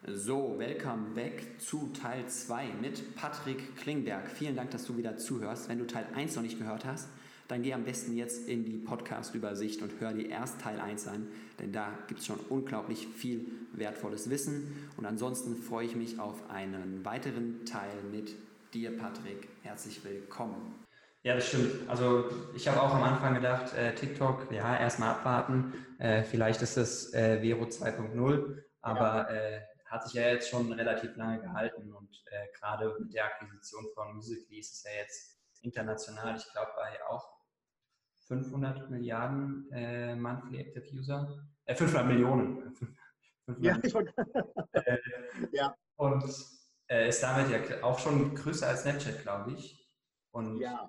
So, welcome back zu Teil 2 mit Patrick Klingberg. Vielen Dank, dass du wieder zuhörst. Wenn du Teil 1 noch nicht gehört hast, dann geh am besten jetzt in die Podcast-Übersicht und hör dir erst Teil 1 an, denn da gibt es schon unglaublich viel wertvolles Wissen. Und ansonsten freue ich mich auf einen weiteren Teil mit dir, Patrick. Herzlich willkommen. Ja, das stimmt. Also ich habe auch am Anfang gedacht, TikTok, ja, erstmal abwarten. Vielleicht ist es Vero 2.0, aber hat sich ja jetzt schon relativ lange gehalten und gerade mit der Akquisition von Musical.ly ist es ja jetzt international, ich glaube bei auch 500 Milliarden Monthly Active User, 500 Millionen. 500 Ja, ja. Und ist damit ja auch schon größer als Snapchat, glaube ich. Und Ja.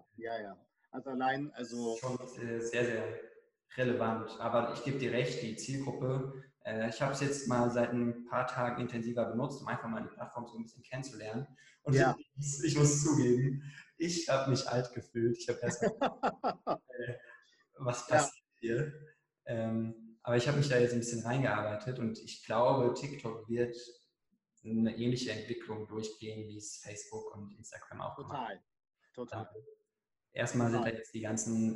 Also schon sehr, sehr relevant. Aber ich gebe dir recht, die Zielgruppe, ich habe es jetzt mal seit ein paar Tagen intensiver benutzt, um einfach mal die Plattform so ein bisschen kennenzulernen. Und ja. ich muss zugeben, ich habe mich alt gefühlt. Ich habe erst mal, was passiert hier? Aber ich habe mich da jetzt ein bisschen reingearbeitet und ich glaube, TikTok wird eine ähnliche Entwicklung durchgehen, wie es Facebook und Instagram auch gemacht haben. Total. Erstmal sind da jetzt die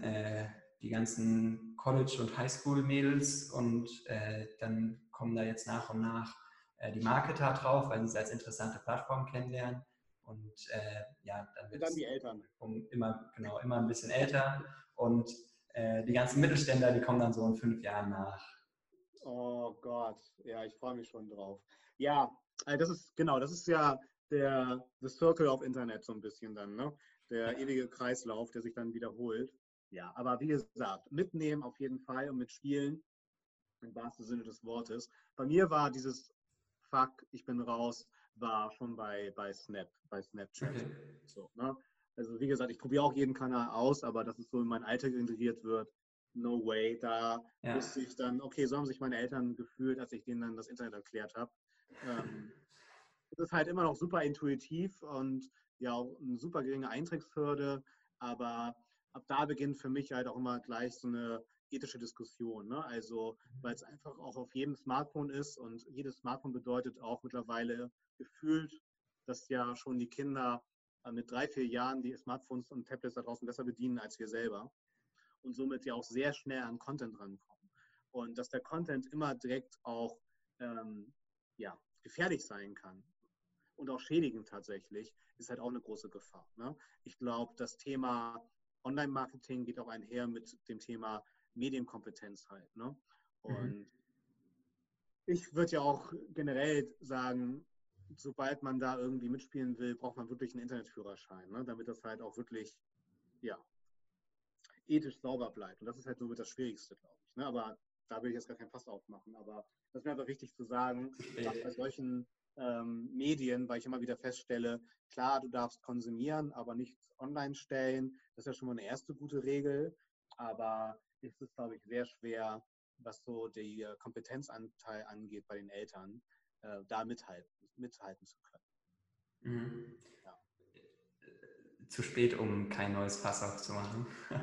ganzen College- und Highschool-Mädels und dann kommen da jetzt nach und nach die Marketer drauf, weil sie es als interessante Plattform kennenlernen. Und dann wird Und dann die Eltern. Immer ein bisschen älter. Und die ganzen Mittelständler, die kommen dann so in 5 Jahren nach. Oh Gott, ja, ich freue mich schon drauf. Ja, das ist ja the Circle of Internet so ein bisschen dann, ne? Der ewige Kreislauf, der sich dann wiederholt. Ja, aber wie gesagt, mitnehmen auf jeden Fall und mitspielen, im wahrsten Sinne des Wortes. Bei mir war dieses Fuck, ich bin raus, war schon bei Snapchat. Okay. So, ne? Also wie gesagt, ich probiere auch jeden Kanal aus, aber dass es so in meinen Alltag integriert wird, no way. Da wusste ich dann, okay, so haben sich meine Eltern gefühlt, als ich denen dann das Internet erklärt habe. Es ist halt immer noch super intuitiv und ja auch eine super geringe Eintrittshürde, aber ab da beginnt für mich halt auch immer gleich so eine ethische Diskussion. Ne? Also, weil es einfach auch auf jedem Smartphone ist und jedes Smartphone bedeutet auch mittlerweile gefühlt, dass ja schon die Kinder mit 3, 4 Jahren die Smartphones und Tablets da draußen besser bedienen als wir selber und somit ja auch sehr schnell an Content rankommen. Und dass der Content immer direkt auch gefährlich sein kann und auch schädigend tatsächlich, ist halt auch eine große Gefahr. Ne? Ich glaube, das Thema Online-Marketing geht auch einher mit dem Thema Medienkompetenz halt. Ne? Und ich würde ja auch generell sagen, sobald man da irgendwie mitspielen will, braucht man wirklich einen Internetführerschein, ne? Damit das halt auch wirklich ethisch sauber bleibt. Und das ist halt somit das Schwierigste, glaube ich. Ne? Aber da will ich jetzt gar kein Fass aufmachen. Aber das ist mir einfach wichtig zu sagen, dass bei solchen Medien, weil ich immer wieder feststelle, klar, du darfst konsumieren, aber nichts online stellen. Das ist ja schon mal eine erste gute Regel. Aber es ist, glaube ich, sehr schwer, was so die Kompetenzanteil angeht bei den Eltern, da mithalten zu können. Mhm. Ja. Zu spät, um kein neues Fass aufzumachen.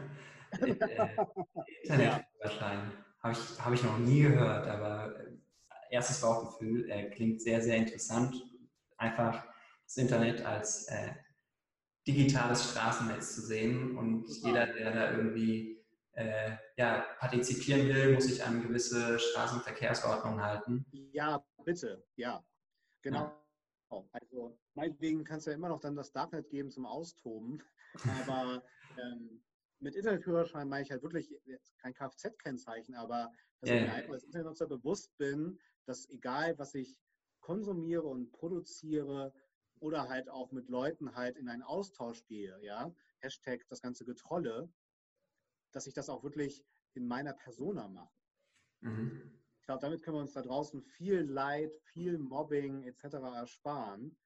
Internetführerschein habe ich noch nie gehört, aber erstes Bauchgefühl klingt sehr, sehr interessant. Einfach das Internet als digitales Straßennetz zu sehen und jeder, der da irgendwie partizipieren will, muss sich an gewisse Straßenverkehrsordnungen halten. Ja, bitte, ja, genau. Ja. Also meinetwegen kannst du ja immer noch dann das Darknet geben zum Austoben, aber mit Internetführerschein meine ich halt wirklich jetzt kein Kfz-Kennzeichen, aber dass ich mir einfach als Internetnutzer bewusst bin, dass egal, was ich konsumiere und produziere oder halt auch mit Leuten halt in einen Austausch gehe, ja, Hashtag das ganze Getrolle, dass ich das auch wirklich in meiner Persona mache. Ich glaube, damit können wir uns da draußen viel Leid, viel Mobbing etc. ersparen.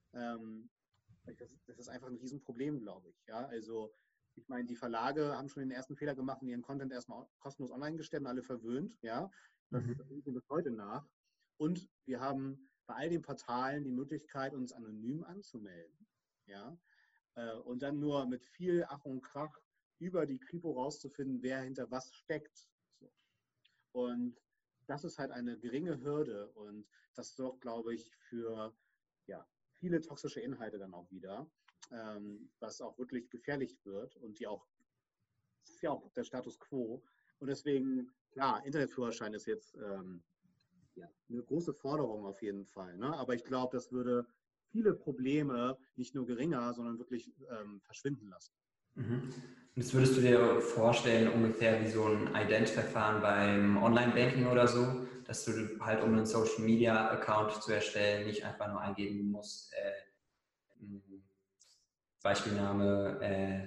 Das ist einfach ein Riesenproblem, glaube ich. Ja? Also ich meine, die Verlage haben schon den ersten Fehler gemacht und ihren Content erstmal kostenlos online gestellt und alle verwöhnt. Ja? Das ist bis heute nach. Und wir haben bei all den Portalen die Möglichkeit, uns anonym anzumelden. Ja? Und dann nur mit viel Ach und Krach über die Kripo rauszufinden, wer hinter was steckt. So. Und das ist halt eine geringe Hürde und das sorgt, glaube ich, für viele toxische Inhalte dann auch wieder, was auch wirklich gefährlich wird und das ist ja auch der Status quo. Und deswegen, klar, Internetführerschein ist jetzt eine große Forderung auf jeden Fall. Ne? Aber ich glaube, das würde viele Probleme nicht nur geringer, sondern wirklich verschwinden lassen. Mhm. Und das würdest du dir vorstellen, ungefähr wie so ein Ident-Verfahren beim Online-Banking oder so, dass du halt, um einen Social-Media-Account zu erstellen, nicht einfach nur eingeben musst, Beispielname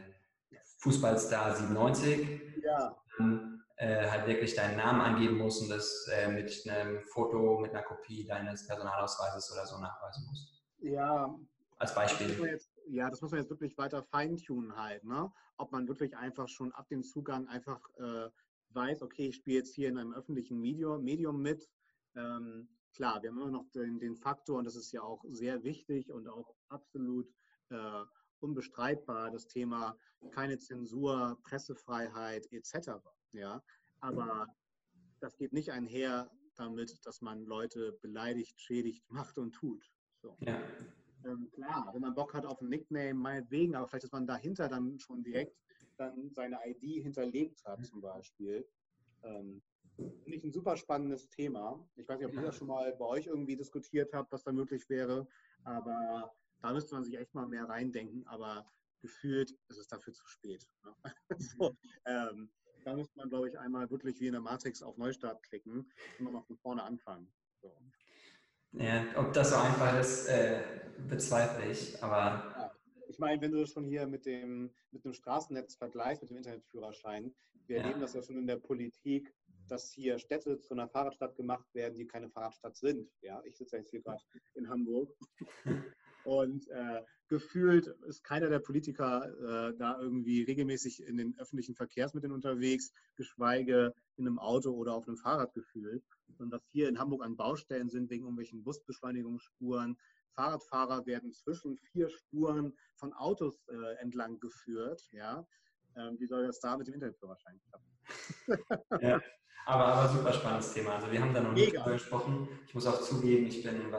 Fußballstar 97, Ja, dann halt wirklich deinen Namen angeben musst und das mit einem Foto, mit einer Kopie deines Personalausweises oder so nachweisen musst. ja, Als das muss Beispiel. man jetzt, das muss man jetzt wirklich weiter feintunen halt, ne? Ob man wirklich einfach schon ab dem Zugang einfach weiß, okay, ich spiele jetzt hier in einem öffentlichen Medium mit. Klar, wir haben immer noch den Faktor, und das ist ja auch sehr wichtig und auch absolut unbestreitbar, das Thema keine Zensur, Pressefreiheit etc. Ja, aber das geht nicht einher damit, dass man Leute beleidigt, schädigt, macht und tut. So. Ja. Klar, wenn man Bock hat auf ein Nickname, meinetwegen, aber vielleicht, dass man dahinter dann schon direkt dann seine ID hinterlegt hat, zum Beispiel. Finde ich ein super spannendes Thema. Ich weiß nicht, ob ihr das schon mal bei euch irgendwie diskutiert habt, was da möglich wäre, aber da müsste man sich echt mal mehr reindenken, aber gefühlt ist es dafür zu spät. Ne? So, da müsste man, glaube ich, einmal wirklich wie in der Matrix auf Neustart klicken und nochmal von vorne anfangen. So. Ja, ob das so einfach ist, bezweifle ich, aber Ja. Ich meine, wenn du das schon hier mit dem Straßennetz vergleichst, mit dem Internetführerschein, wir ja. erleben das ja schon in der Politik, dass hier Städte zu einer Fahrradstadt gemacht werden, die keine Fahrradstadt sind. Ja, ich sitze jetzt hier gerade in Hamburg und gefühlt ist keiner der Politiker da irgendwie regelmäßig in den öffentlichen Verkehrsmitteln unterwegs, geschweige in einem Auto oder auf einem Fahrrad gefühlt. Und was hier in Hamburg an Baustellen sind, wegen irgendwelchen Busbeschleunigungsspuren, Fahrradfahrer werden zwischen 4 Spuren von Autos entlang geführt. Ja? Wie soll das da mit dem Internetführerschein klappen? Ja. Aber super spannendes Thema. Also wir haben da noch nicht Mega. drüber gesprochen. Ich muss auch zugeben, ich bin,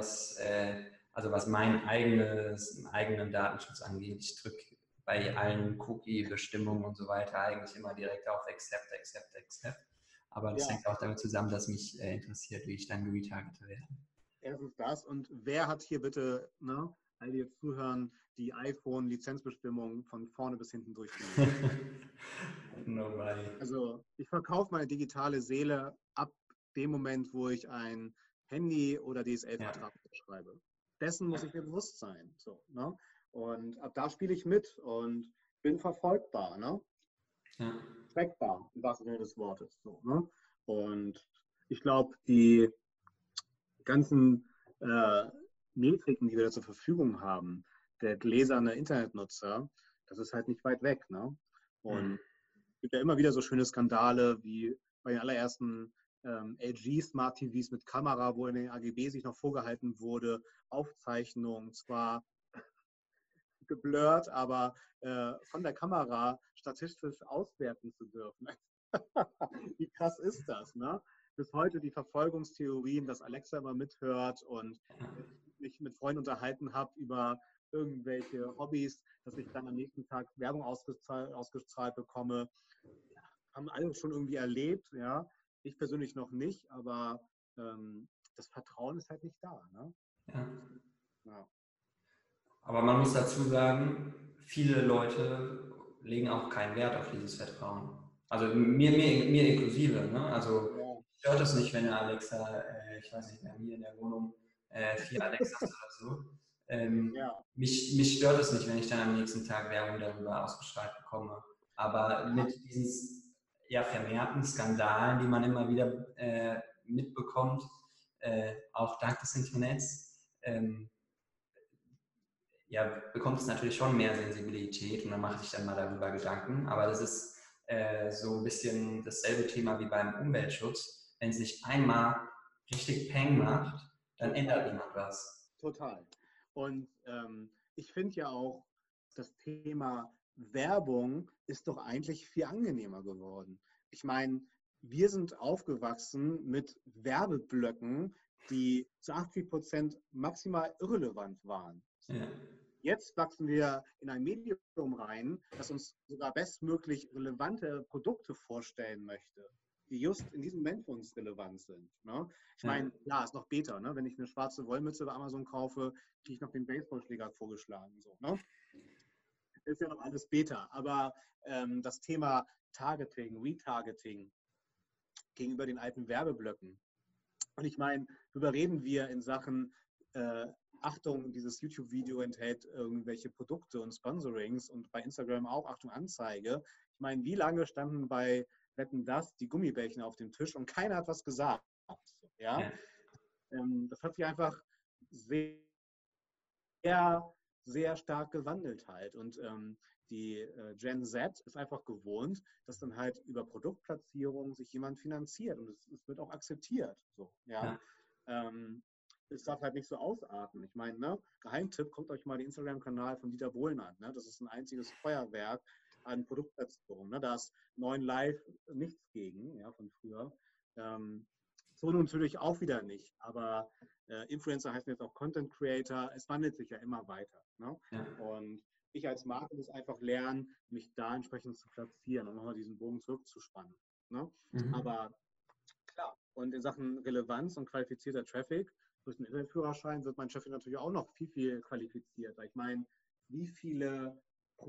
was meinen eigenen Datenschutz angeht, ich drücke bei allen Cookie-Bestimmungen und so weiter eigentlich immer direkt auf Accept, Accept, Accept. Aber das Ja, hängt auch damit zusammen, dass mich interessiert, wie ich dann retargetet werde. erstens das. Und wer hat hier bitte, ne, all die jetzt zuhören, die iPhone-Lizenzbestimmungen von vorne bis hinten durchgelesen? Nobody. Also ich verkaufe meine digitale Seele ab dem Moment, wo ich ein Handy- oder DSL-Vertrag unterschreibe. Dessen muss ich mir bewusst sein. So, ne? Und ab da spiele ich mit und bin verfolgbar, ne? Ja. Trackbar, im wahrsten Sinne des Wortes. So, ne? Und ich glaube, die ganzen Metriken, die wir da zur Verfügung haben, der gläserne Internetnutzer, das ist halt nicht weit weg. Ne? Und es gibt ja immer wieder so schöne Skandale wie bei den allerersten LG Smart TVs mit Kamera, wo in den AGB sich noch vorgehalten wurde, Aufzeichnungen zwar geblurrt, aber von der Kamera statistisch auswerten zu dürfen. Wie krass ist das, ne? Bis heute die Verfolgungstheorien, dass Alexa immer mithört und ich mich mit Freunden unterhalten habe über irgendwelche Hobbys, dass ich dann am nächsten Tag Werbung ausgezahlt bekomme. Ja, haben alle schon irgendwie erlebt, ja. Ich persönlich noch nicht, aber das Vertrauen ist halt nicht da. Ne? Ja. Ja. Aber man muss dazu sagen, viele Leute legen auch keinen Wert auf dieses Vertrauen. Also mir inklusive. Ne? Also Ja. stört es nicht, wenn der Alexa, ich weiß nicht, bei mir in der Wohnung 4 Alexas oder so. Ja. Mich stört es nicht, wenn ich dann am nächsten Tag Werbung darüber ausgestrahlt bekomme. Aber mit diesen vermehrten Skandalen, die man immer wieder mitbekommt, auch dank des Internets, bekommt es natürlich schon mehr Sensibilität und dann mache ich dann mal darüber Gedanken. Aber das ist so ein bisschen dasselbe Thema wie beim Umweltschutz. Wenn es sich einmal richtig Peng macht, dann ändert niemand was. Total. Und ich finde ja auch, das Thema Werbung ist doch eigentlich viel angenehmer geworden. Ich meine, wir sind aufgewachsen mit Werbeblöcken, die zu 80% maximal irrelevant waren. Ja. Jetzt wachsen wir in ein Medium rein, das uns sogar bestmöglich relevante Produkte vorstellen möchte, die just in diesem Moment für uns relevant sind. Ne? Ich meine, klar, ist noch Beta. Ne? Wenn ich eine schwarze Wollmütze bei Amazon kaufe, kriege ich noch den Baseballschläger vorgeschlagen. So, ne? Ist ja noch alles Beta. Aber das Thema Targeting, Retargeting gegenüber den alten Werbeblöcken. Und ich meine, darüber reden wir in Sachen Achtung, dieses YouTube-Video enthält irgendwelche Produkte und Sponsorings und bei Instagram auch Achtung, Anzeige. Ich meine, wie lange standen bei Wetten, dass die Gummibärchen auf dem Tisch und keiner hat was gesagt. Ja? Das hat sich einfach sehr, sehr stark gewandelt halt. Und die Gen Z ist einfach gewohnt, dass dann halt über Produktplatzierung sich jemand finanziert und es wird auch akzeptiert. So, ja. Es darf halt nicht so ausarten. Ich meine, ne, Geheimtipp, guckt euch mal den Instagram-Kanal von Dieter Bohlen an. Ne? Das ist ein einziges Feuerwerk an Produktplatzierung. Ne? Da ist 9 Live nichts gegen, ja, von früher. So natürlich auch wieder nicht. Aber Influencer heißen jetzt auch Content Creator. Es wandelt sich ja immer weiter. Ne? Ja. Und ich als Marke muss einfach lernen, mich da entsprechend zu platzieren und nochmal diesen Bogen zurückzuspannen. Ne? Aber klar, und in Sachen Relevanz und qualifizierter Traffic durch den Internetführerschein wird mein Traffic natürlich auch noch viel, viel qualifizierter. Ich meine, wie viele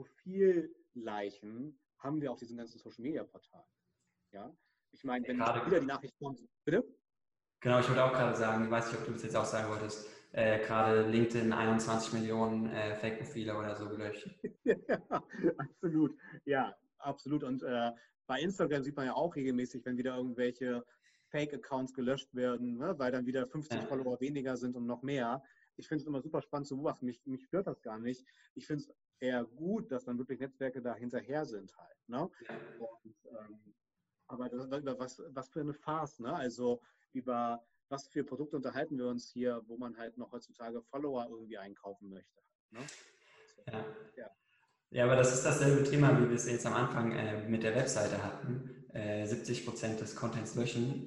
Profilleichen haben wir auf diesen ganzen Social-Media-Portalen? Ja? Ich meine, wenn wieder die Nachricht kommt, bitte? Genau, ich wollte auch gerade sagen, ich weiß nicht, ob du das jetzt auch sagen wolltest, gerade LinkedIn 21 Millionen Fake-Profile oder so gelöscht. Ja, absolut. Ja, absolut. Und bei Instagram sieht man ja auch regelmäßig, wenn wieder irgendwelche Fake-Accounts gelöscht werden, ne, weil dann wieder 50 Follower weniger sind und noch mehr. Ich finde es immer super spannend zu beobachten. Mich stört das gar nicht. Ich finde es eher gut, dass dann wirklich Netzwerke da hinterher sind halt. Ne? Und, aber das, was für eine Farce, ne? Also über was für Produkte unterhalten wir uns hier, wo man halt noch heutzutage Follower irgendwie einkaufen möchte. Ne? So. Ja, aber das ist dasselbe Thema, wie wir es jetzt am Anfang mit der Webseite hatten. 70% des Contents löschen,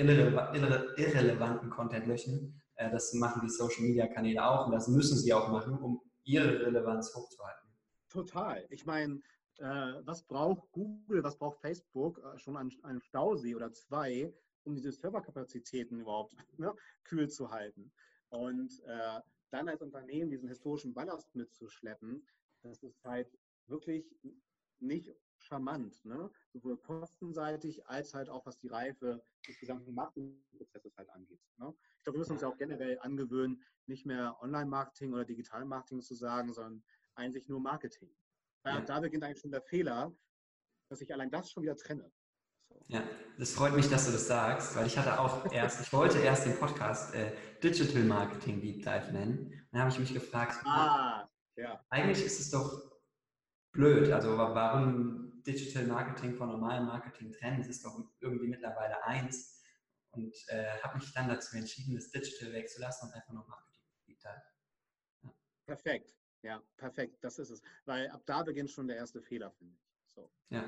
irrelevanten Content löschen. Das machen die Social-Media-Kanäle auch und das müssen sie auch machen, um ihre Relevanz hochzuhalten. Total. Ich meine, was braucht Google, was braucht Facebook schon an einem Stausee oder 2, um diese Serverkapazitäten überhaupt kühl zu halten? Und dann als Unternehmen diesen historischen Ballast mitzuschleppen, das ist halt wirklich nicht charmant, ne? Sowohl kostenseitig als halt auch was die Reife des gesamten Marketingprozesses halt angeht. Ne? Ich glaube, wir müssen uns ja auch generell angewöhnen, nicht mehr Online-Marketing oder Digital-Marketing zu sagen, sondern eigentlich nur Marketing. Weil da beginnt eigentlich schon der Fehler, dass ich allein das schon wieder trenne. So. Ja, das freut mich, dass du das sagst, weil ich wollte erst den Podcast Digital Marketing Deep Dive nennen. Dann habe ich mich gefragt, eigentlich ist es doch blöd, also warum Digital Marketing von normalem Marketing trennen? Es ist doch irgendwie mittlerweile eins und habe mich dann dazu entschieden, das Digital wegzulassen und einfach nur Marketing Deep Dive. Ja. Perfekt, ja, perfekt, das ist es. Weil ab da beginnt schon der erste Fehler, finde ich. So. Ja.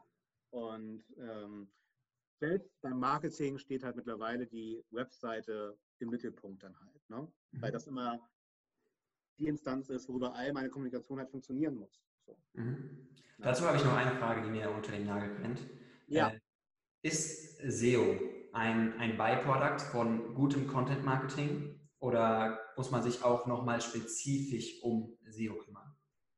Und selbst beim Marketing steht halt mittlerweile die Webseite im Mittelpunkt dann halt, ne? Weil das immer die Instanz ist, worüber all meine Kommunikation halt funktionieren muss. So. Dazu habe ich noch eine Frage, die mir unter den Nagel brennt. Ja. Ist SEO ein Byproduct von gutem Content Marketing oder muss man sich auch nochmal spezifisch um SEO kümmern?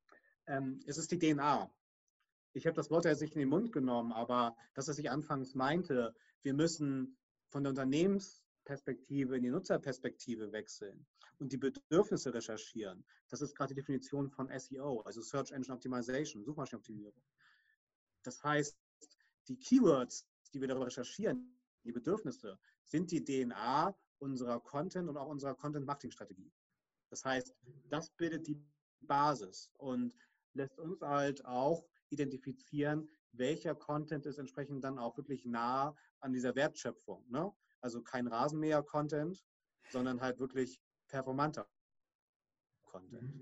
Es ist die DNA. Ich habe das Wort ja nicht in den Mund genommen, aber das, was ich anfangs meinte, wir müssen von der Unternehmensperspektive in die Nutzerperspektive wechseln und die Bedürfnisse recherchieren. Das ist gerade die Definition von SEO, also Search Engine Optimization, Suchmaschinenoptimierung. Das heißt, die Keywords, die wir darüber recherchieren, die Bedürfnisse, sind die DNA unserer Content- und auch unserer Content-Marketing-Strategie. Das heißt, das bildet die Basis und lässt uns halt auch identifizieren, welcher Content ist entsprechend dann auch wirklich nah an dieser Wertschöpfung. Ne? Also kein Rasenmäher-Content, sondern halt wirklich performanter Content.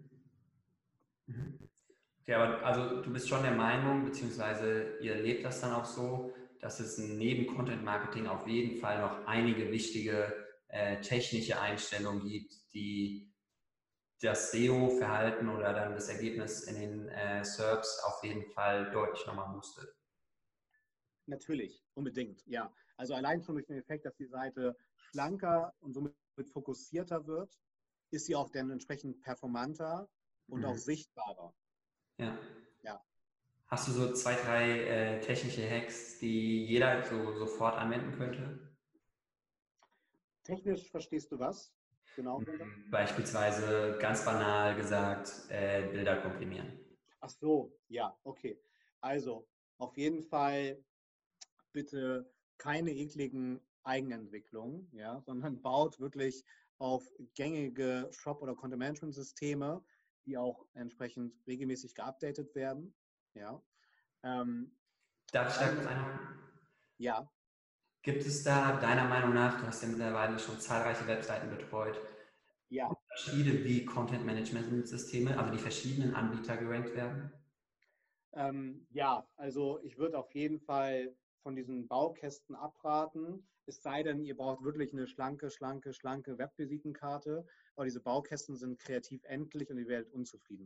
Okay, aber also du bist schon der Meinung, beziehungsweise ihr lebt das dann auch so, dass es neben Content Marketing auf jeden Fall noch einige wichtige technische Einstellungen gibt, die das SEO-Verhalten oder dann das Ergebnis in den SERPs auf jeden Fall deutlich nochmal boostet. Natürlich, unbedingt, ja. Also allein schon durch den Effekt, dass die Seite schlanker und somit fokussierter wird, ist sie auch dann entsprechend performanter und auch sichtbarer. Ja. Ja. Hast du so 2, 3 technische Hacks, die jeder so sofort anwenden könnte? Technisch verstehst du was? Genau. Beispielsweise ganz banal gesagt, Bilder komprimieren. Ach so, ja, okay. Also auf jeden Fall bitte keine ekligen Eigenentwicklungen, ja, sondern baut wirklich auf gängige Shop- oder Content-Management-Systeme, die auch entsprechend regelmäßig geupdatet werden. Ja. Darf ich da kurz einhaken? Ja. Gibt es da deiner Meinung nach, du hast ja mittlerweile schon zahlreiche Webseiten betreut, Unterschiede, wie Content-Management-Systeme, also die verschiedenen Anbieter gerankt werden? Ja, also ich würde auf jeden Fall von diesen Baukästen abraten, es sei denn, ihr braucht wirklich eine schlanke Webvisitenkarte, aber diese Baukästen sind kreativ endlich und ihr werdet unzufrieden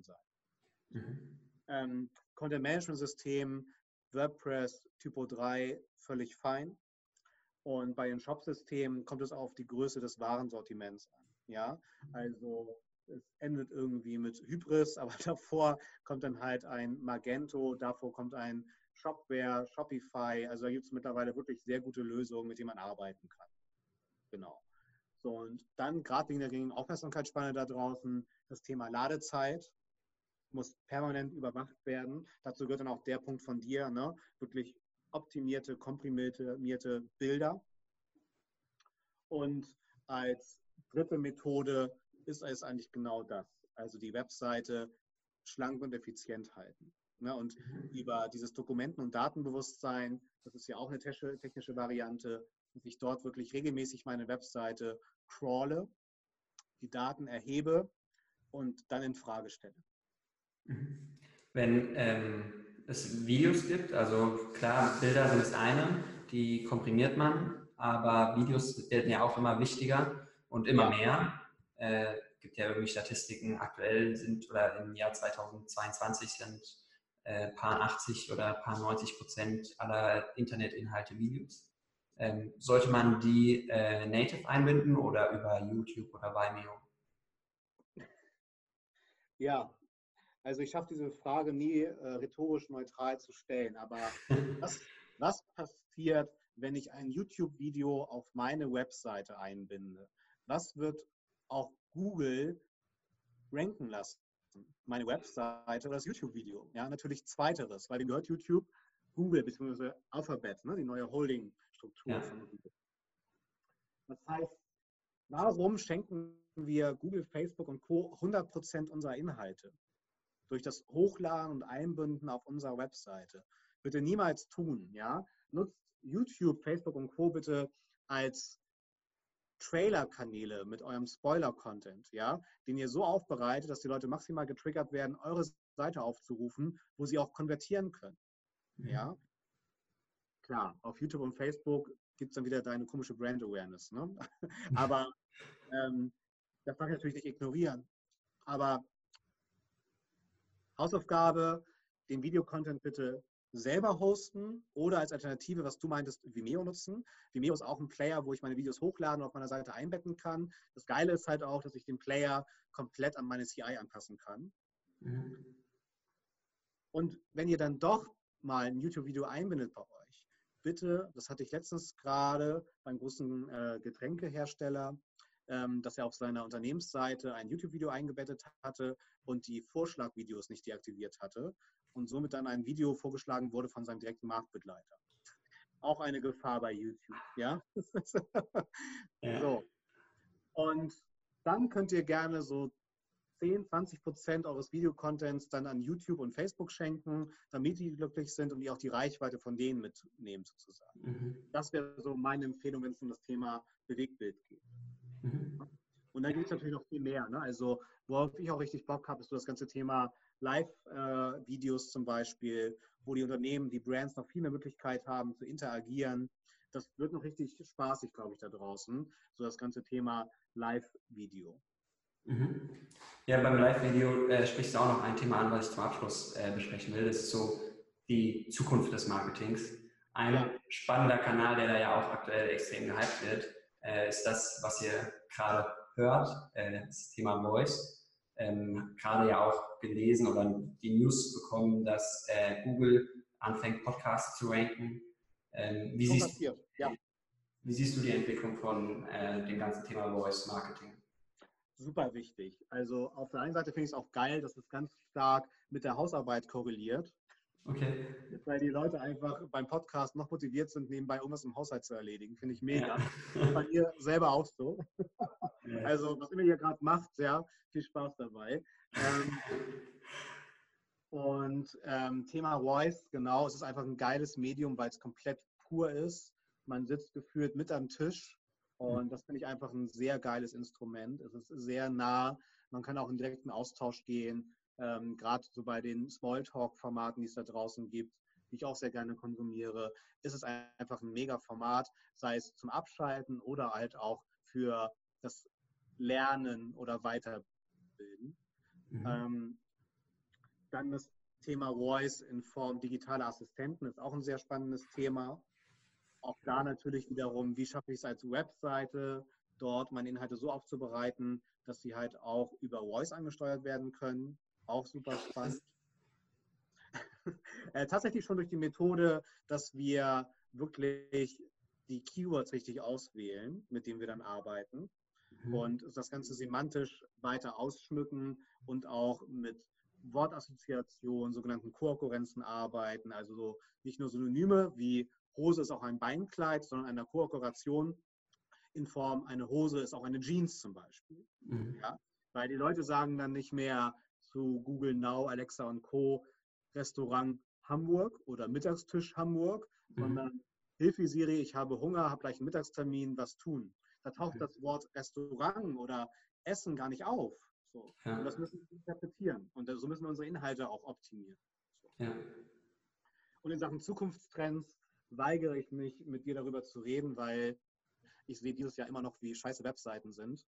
sein. Content-Management-System, WordPress, Typo 3, völlig fein. Und bei den Shop-Systemen kommt es auf die Größe des Warensortiments an. Ja, also es endet irgendwie mit Hybris, aber davor kommt dann halt ein Magento, davor kommt ein Shopware, Shopify. Also da gibt es mittlerweile wirklich sehr gute Lösungen, mit denen man arbeiten kann. Genau. So, und dann gerade wegen der geringen Aufmerksamkeitsspanne da draußen, das Thema Ladezeit muss permanent überwacht werden. Dazu gehört dann auch der Punkt von dir, ne? Wirklich optimierte, komprimierte Bilder. Und als dritte Methode ist es eigentlich genau das. Also die Webseite schlank und effizient halten. Ne? Und über dieses Dokumenten- und Datenbewusstsein, das ist ja auch eine technische Variante, dass ich dort wirklich regelmäßig meine Webseite crawle, die Daten erhebe und dann in Frage stelle. Wenn es Videos gibt, also klar, Bilder sind das eine, die komprimiert man, aber Videos werden ja auch immer wichtiger und immer mehr. Gibt ja irgendwie Statistiken, aktuell sind oder im Jahr 2022 sind paar 80 oder paar 90% aller Internetinhalte Videos. Sollte man die native einbinden oder über YouTube oder Vimeo? Ja, also ich schaffe diese Frage nie rhetorisch neutral zu stellen, aber was passiert, wenn ich ein YouTube-Video auf meine Webseite einbinde? Was wird auch Google ranken lassen? Meine Webseite oder das YouTube-Video? Ja, natürlich zweiteres, weil dem gehört YouTube, Google bzw. Alphabet, ne, die neue Holding-Struktur von Google. Das heißt, warum schenken wir Google, Facebook und Co. 100% unserer Inhalte? Durch das Hochladen und Einbinden auf unserer Webseite. Bitte niemals tun, ja. Nutzt YouTube, Facebook und Co. bitte als Trailer-Kanäle mit eurem Spoiler-Content, ja, den ihr so aufbereitet, dass die Leute maximal getriggert werden, eure Seite aufzurufen, wo sie auch konvertieren können. Ja. Klar, auf YouTube und Facebook gibt es dann wieder deine komische Brand-Awareness, ne? Aber das darf ich natürlich nicht ignorieren. Aber Hausaufgabe, den Videocontent bitte selber hosten oder als Alternative, was du meintest, Vimeo nutzen. Vimeo ist auch ein Player, wo ich meine Videos hochladen und auf meiner Seite einbetten kann. Das Geile ist halt auch, dass ich den Player komplett an meine CI anpassen kann. Und wenn ihr dann doch mal ein YouTube-Video einbindet bei euch, bitte, das hatte ich letztens gerade beim großen Getränkehersteller, dass er auf seiner Unternehmensseite ein YouTube-Video eingebettet hatte und die Vorschlagvideos nicht deaktiviert hatte und somit dann ein Video vorgeschlagen wurde von seinem direkten Marktbegleiter. Auch eine Gefahr bei YouTube, ja? So. Und dann könnt ihr gerne so 10-20% eures Videocontents dann an YouTube und Facebook schenken, damit die glücklich sind und ihr auch die Reichweite von denen mitnehmen sozusagen. Das wäre so meine Empfehlung, wenn es um das Thema Bewegtbild geht. Und dann gibt es natürlich noch viel mehr. Ne? Also, worauf ich auch richtig Bock habe, ist so das ganze Thema Live-Videos zum Beispiel, wo die Unternehmen, die Brands noch viel mehr Möglichkeit haben zu interagieren. Das wird noch richtig spaßig, glaube ich, da draußen. So das ganze Thema Live-Video. Mhm. Ja, beim Live-Video sprichst du auch noch ein Thema an, was ich zum Abschluss besprechen will. Das ist so die Zukunft des Marketings. Ein spannender Kanal, der da ja auch aktuell extrem gehypt wird, ist das, was ihr gerade hört, das Thema Voice. Gerade ja auch gelesen oder die News bekommen, dass Google anfängt, Podcasts zu ranken. Wie siehst du die Entwicklung von dem ganzen Thema Voice Marketing? Super wichtig. Also auf der einen Seite finde ich es auch geil, dass es ganz stark mit der Hausarbeit korreliert. Okay. Weil die Leute einfach beim Podcast noch motiviert sind, nebenbei irgendwas im Haushalt zu erledigen. Finde ich mega. Ja. Bei mir selber auch so. Ja. Also was immer ihr gerade macht, ja, viel Spaß dabei. Thema Voice, genau, es ist einfach ein geiles Medium, weil es komplett pur ist. Man sitzt gefühlt mit am Tisch. Und das finde ich einfach ein sehr geiles Instrument. Es ist sehr nah. Man kann auch in direkten Austausch gehen. Gerade so bei den Smalltalk-Formaten, die es da draußen gibt, die ich auch sehr gerne konsumiere, ist es einfach ein Mega-Format, sei es zum Abschalten oder halt auch für das Lernen oder Weiterbilden. Mhm. Dann das Thema Voice in Form digitaler Assistenten ist auch ein sehr spannendes Thema. Auch da natürlich wiederum, wie schaffe ich es als Webseite, dort meine Inhalte so aufzubereiten, dass sie halt auch über Voice angesteuert werden können. Auch super spannend. Tatsächlich schon durch die Methode, dass wir wirklich die Keywords richtig auswählen, mit denen wir dann arbeiten. Und das Ganze semantisch weiter ausschmücken und auch mit Wortassoziation, sogenannten Kookkurrenzen arbeiten. Also so nicht nur Synonyme wie Hose ist auch ein Beinkleid, sondern eine Kookkuration in Form, eine Hose ist auch eine Jeans zum Beispiel. Mhm. Ja? Weil die Leute sagen dann nicht mehr zu Google Now, Alexa und Co. Restaurant Hamburg oder Mittagstisch Hamburg, sondern Hilfe Siri, ich habe Hunger, habe gleich einen Mittagstermin, was tun? Da taucht das Wort Restaurant oder Essen gar nicht auf. So. Ja. Und das müssen wir interpretieren. Und so müssen wir unsere Inhalte auch optimieren. So. Ja. Und in Sachen Zukunftstrends weigere ich mich, mit dir darüber zu reden, weil ich sehe dieses Jahr immer noch, wie scheiße Webseiten sind.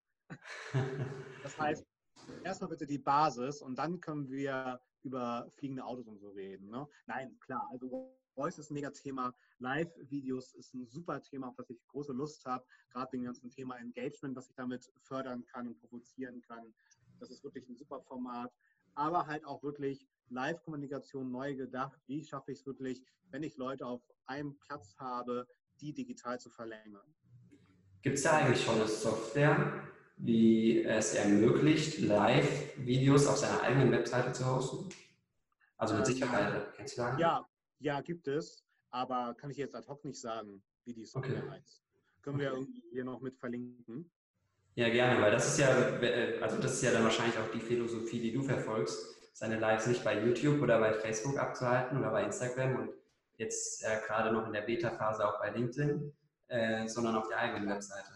Das heißt, erstmal bitte die Basis und dann können wir über fliegende Autos und so reden. Ne? Nein, klar, also Voice ist ein Mega-Thema, Live-Videos ist ein super Thema, auf das ich große Lust habe, gerade wegen dem ganzen Thema Engagement, was ich damit fördern kann und provozieren kann. Das ist wirklich ein super Format, aber halt auch wirklich Live-Kommunikation neu gedacht. Wie schaffe ich es wirklich, wenn ich Leute auf einem Platz habe, die digital zu verlängern? Gibt es da eigentlich schon eine Software, die es ermöglicht, Live-Videos auf seiner eigenen Webseite zu hosten? Also mit Sicherheit, kennst du da? Ja, gibt es, aber kann ich jetzt ad hoc nicht sagen, wie die Software heißt. Können wir irgendwie hier noch mit verlinken? Ja, gerne, weil das ist ja dann wahrscheinlich auch die Philosophie, die du verfolgst, seine Lives nicht bei YouTube oder bei Facebook abzuhalten oder bei Instagram und jetzt gerade noch in der Beta-Phase auch bei LinkedIn, sondern auf der eigenen Webseite.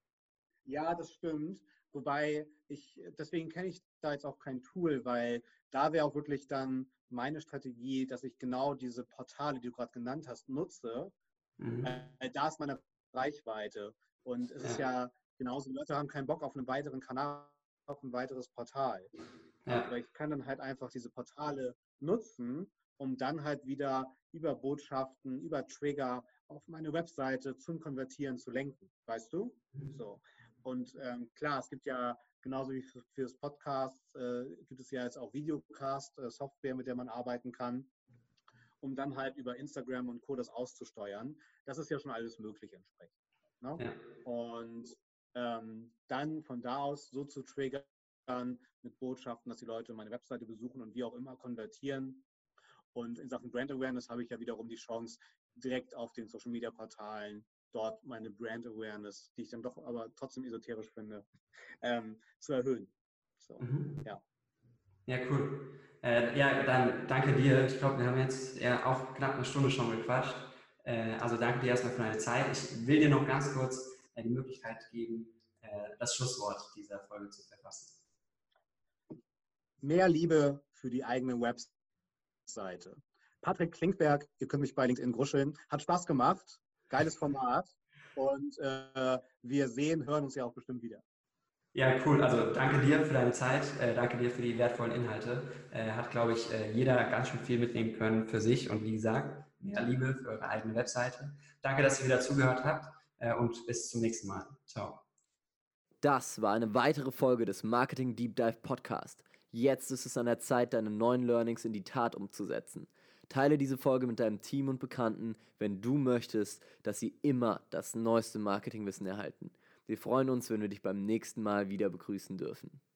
Ja, das stimmt. Wobei deswegen kenne ich da jetzt auch kein Tool, weil da wäre auch wirklich dann meine Strategie, dass ich genau diese Portale, die du gerade genannt hast, nutze. Da ist meine Reichweite. Und es ist ja genauso, die Leute haben keinen Bock auf einen weiteren Kanal, auf ein weiteres Portal. Ja. Aber ich kann dann halt einfach diese Portale nutzen, um dann halt wieder über Botschaften, über Trigger auf meine Webseite zum Konvertieren zu lenken. Weißt du? So. Und klar, es gibt ja genauso wie für das Podcast, gibt es ja jetzt auch Videocast-Software, mit der man arbeiten kann, um dann halt über Instagram und Co. das auszusteuern. Das ist ja schon alles möglich entsprechend. Ne? Ja. Und dann von da aus so zu triggern mit Botschaften, dass die Leute meine Webseite besuchen und wie auch immer konvertieren. Und in Sachen Brand Awareness habe ich ja wiederum die Chance, direkt auf den Social-Media-Portalen dort meine Brand Awareness, die ich dann doch aber trotzdem esoterisch finde, zu erhöhen. So, ja. Ja, cool. Ja, dann danke dir. Ich glaube, wir haben jetzt auch knapp eine Stunde schon gequatscht. Also danke dir erstmal für deine Zeit. Ich will dir noch ganz kurz die Möglichkeit geben, das Schlusswort dieser Folge zu verfassen. Mehr Liebe für die eigene Webseite. Patrick Klinkberg, ihr könnt mich bei LinkedIn gruscheln. Hat Spaß gemacht. Geiles Format. Und wir hören uns ja auch bestimmt wieder. Ja, cool. Also danke dir für deine Zeit. Danke dir für die wertvollen Inhalte. Hat, glaube ich, jeder ganz schön viel mitnehmen können für sich. Und wie gesagt, mehr Liebe für eure eigene Webseite. Danke, dass ihr wieder zugehört habt. Und bis zum nächsten Mal. Ciao. Das war eine weitere Folge des Marketing Deep Dive Podcast. Jetzt ist es an der Zeit, deine neuen Learnings in die Tat umzusetzen. Teile diese Folge mit deinem Team und Bekannten, wenn du möchtest, dass sie immer das neueste Marketingwissen erhalten. Wir freuen uns, wenn wir dich beim nächsten Mal wieder begrüßen dürfen.